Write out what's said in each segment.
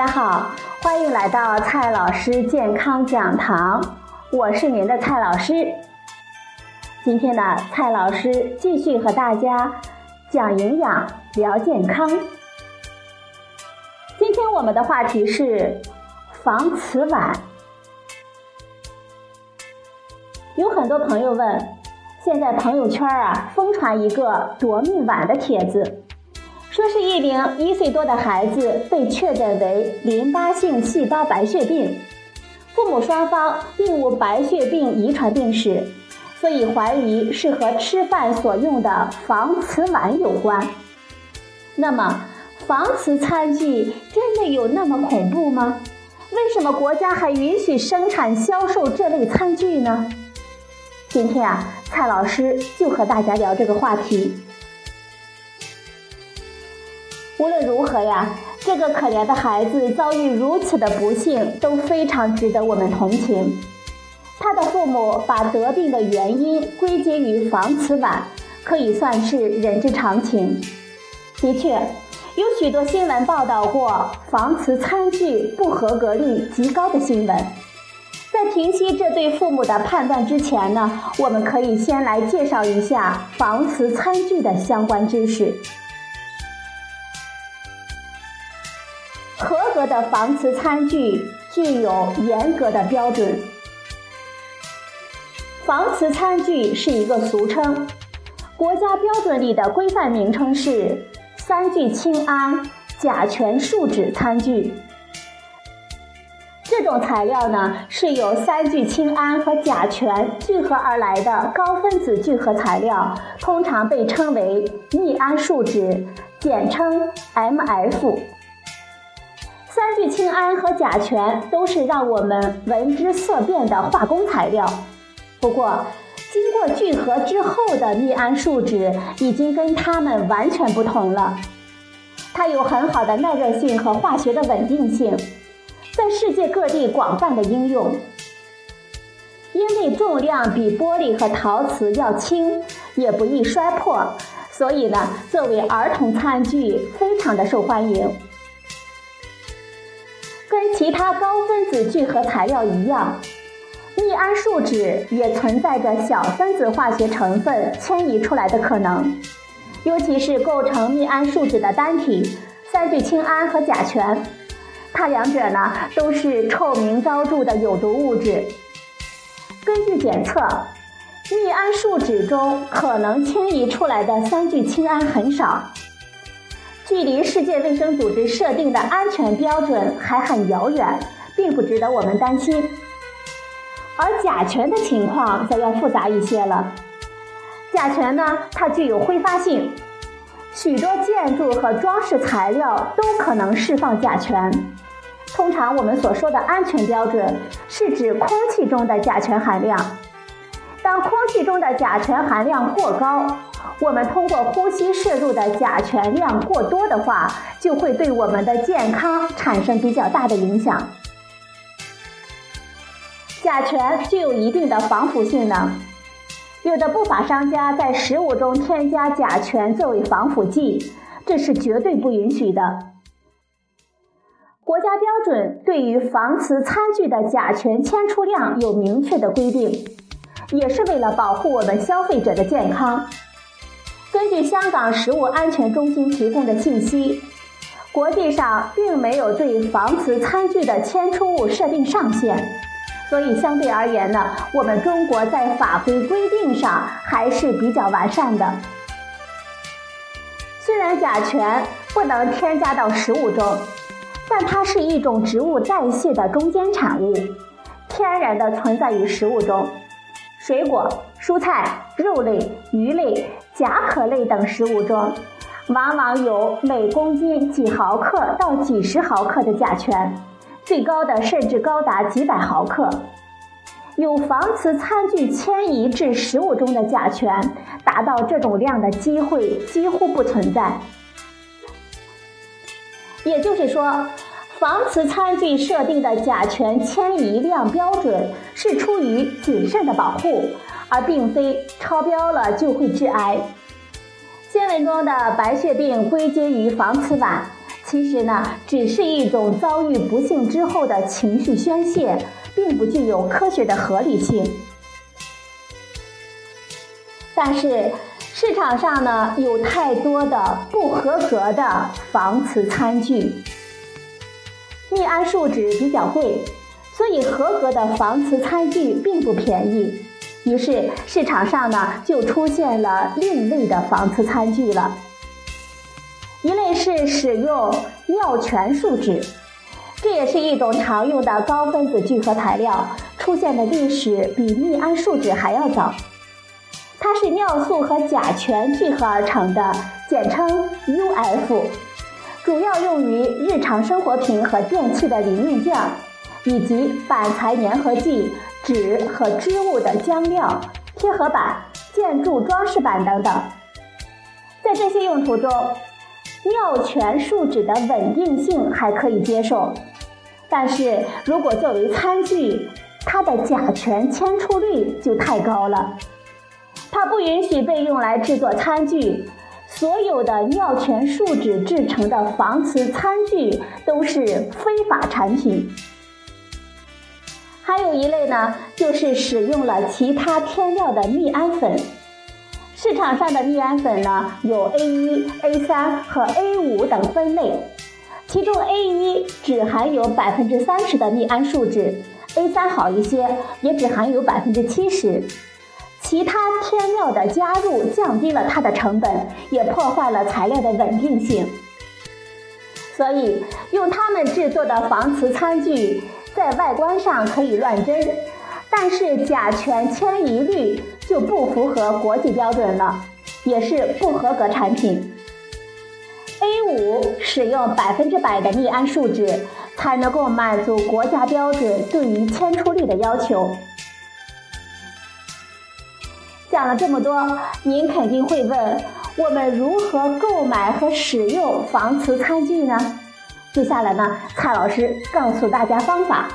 家好，欢迎来到蔡老师健康讲堂，我是您的蔡老师。今天呢，蔡老师继续和大家讲营养聊健康。今天我们的话题是防瓷碗。有很多朋友问，现在朋友圈疯传一个夺命碗的帖子，说是一名1岁多的孩子被确诊为淋巴性细胞白血病，父母双方并无白血病遗传病史，所以怀疑是和吃饭所用的防瓷碗有关。那么防瓷餐具真的有那么恐怖吗？为什么国家还允许生产销售这类餐具呢？今天蔡老师就和大家聊这个话题。无论如何这个可怜的孩子遭遇如此的不幸，都非常值得我们同情。他的父母把得病的原因归结于防瓷碗，可以算是人之常情。的确，有许多新闻报道过防瓷餐具不合格率极高的新闻。在平息这对父母的判断之前呢，我们可以先来介绍一下防瓷餐具的相关知识。合格的防瓷餐具具有严格的标准。防瓷餐具是一个俗称，国家标准里的规范名称是3聚氰胺甲醛树脂餐具。这种材料呢，是由3聚氰胺和甲醛聚合而来的高分子聚合材料，通常被称为密胺树脂，简称 MF。3聚氰胺和甲醛都是让我们闻之色变的化工材料，不过经过聚合之后的密胺树脂已经跟它们完全不同了。它有很好的耐热性和化学的稳定性，在世界各地广泛的应用。因为重量比玻璃和陶瓷要轻，也不易摔破，所以呢，作为儿童餐具非常的受欢迎。跟其他高分子聚合材料一样，密胺树脂也存在着小分子化学成分迁移出来的可能，尤其是构成密胺树脂的单体3聚氰胺和甲醛，它两者呢都是臭名昭著的有毒物质。根据检测，密胺树脂中可能迁移出来的3聚氰胺很少，距离世界卫生组织设定的安全标准还很遥远，并不值得我们担心。而甲醛的情况则要复杂一些了。甲醛呢，它具有挥发性，许多建筑和装饰材料都可能释放甲醛。通常我们所说的安全标准是指空气中的甲醛含量。当空气中的甲醛含量过高，我们通过呼吸摄入的甲醛量过多的话，就会对我们的健康产生比较大的影响。甲醛具有一定的防腐性能，有的不法商家在食物中添加甲醛作为防腐剂，这是绝对不允许的。国家标准对于防瓷餐具的甲醛迁出量有明确的规定，也是为了保护我们消费者的健康。根据香港食物安全中心提供的信息，国际上并没有对防瓷餐具的迁出物设定上限，所以相对而言呢，我们中国在法规规定上还是比较完善的。虽然甲醛不能添加到食物中，但它是一种植物代谢的中间产物，天然的存在于食物中。水果、蔬菜、肉类、鱼类、甲壳类等食物中，往往有每公斤几毫克到几十毫克的甲醛，最高的甚至高达几百毫克。有防瓷餐具迁移至食物中的甲醛达到这种量的机会几乎不存在。也就是说，防瓷餐具设定的甲醛迁移量标准是出于谨慎的保护，而并非超标了就会致癌。新闻中的白血病归结于防瓷碗， 其实呢，只是一种遭遇不幸之后的情绪宣泄，并不具有科学的合理性。但是市场上呢，有太多的不合格的防磁餐具，密胺树脂比较贵，所以合格的防磁餐具并不便宜。于是市场上呢，就出现了另类的防磁餐具了。一类是使用尿醛树脂，这也是一种常用的高分子聚合材料，出现的历史比密胺树脂还要早。它是尿素和甲醛聚合而成的，简称 UF， 主要用于日常生活品和电器的零用件，以及板材粘合剂、纸和织物的浆料、贴合板、建筑装饰板等等。在这些用途中，尿醛树脂的稳定性还可以接受，但是如果作为餐具，它的甲醛迁出率就太高了。它不允许被用来制作餐具，所有的尿醛树脂制成的防磁餐具都是非法产品。还有一类呢，就是使用了其他添料的密胺粉。市场上的密胺粉呢，有 A1、A3 和 A5 等分类，其中 A1 只含有 30% 的密胺树脂， A3 好一些，也只含有 70%。其他添料的加入降低了它的成本，也破坏了材料的稳定性。所以用它们制作的防磁餐具在外观上可以乱真，但是甲醛迁移率就不符合国际标准了，也是不合格产品。A5 使用100%的密胺树脂，才能够满足国家标准对于迁出率的要求。讲了这么多，您肯定会问，我们如何购买和使用防磁餐具呢？接下来呢，蔡老师告诉大家方法。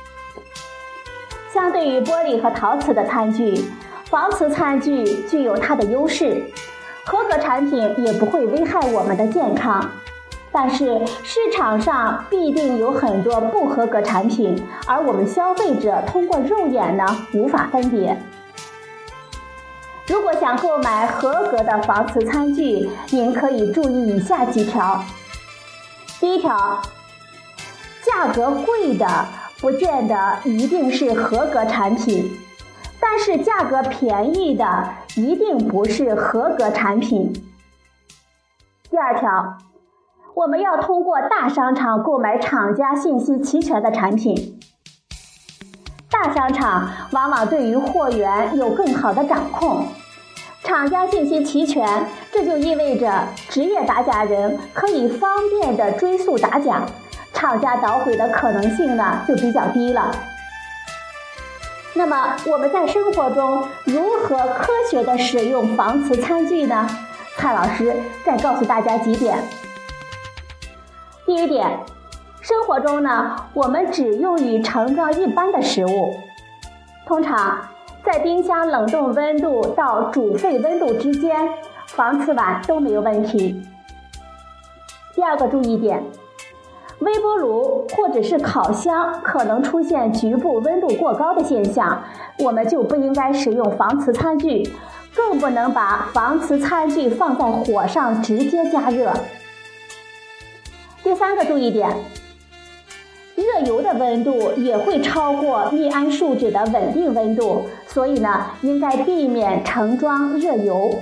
相对于玻璃和陶瓷的餐具，防磁餐具具有它的优势，合格产品也不会危害我们的健康。但是市场上必定有很多不合格产品，而我们消费者通过肉眼呢，无法分别。如果想购买合格的防磁餐具，您可以注意以下几条。第一条，价格贵的不见得一定是合格产品，但是价格便宜的一定不是合格产品。第二条，我们要通过大商场购买厂家信息齐全的产品。大商场往往对于货源有更好的掌控，厂家信息齐全，这就意味着职业打假人可以方便地追溯打假，厂家捣毁的可能性呢就比较低了。那么我们在生活中如何科学地使用防磁餐具呢？蔡老师再告诉大家几点。第一点，生活中呢，我们只用于盛装一般的食物，通常在冰箱冷冻温度到煮沸温度之间，防磁碗都没有问题。第二个注意点，微波炉或者是烤箱可能出现局部温度过高的现象，我们就不应该使用防磁餐具，更不能把防磁餐具放在火上直接加热。第三个注意点，热油的温度也会超过密胺树脂的稳定温度，所以呢，应该避免盛装热油。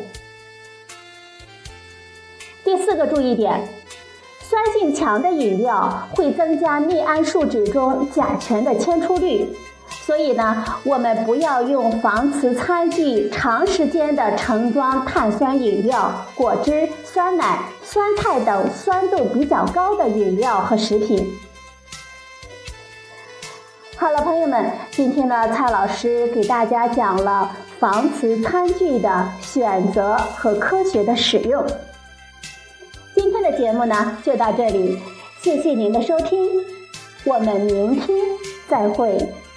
第四个注意点，酸性强的饮料会增加密胺树脂中甲醛的迁出率，所以呢，我们不要用防磁餐具长时间的盛装碳酸饮料、果汁、酸奶、酸菜等酸度比较高的饮料和食品。好了，朋友们，今天呢，蔡老师给大家讲了防磁餐具的选择和科学的使用。今天的节目呢，就到这里，谢谢您的收听，我们明天再会。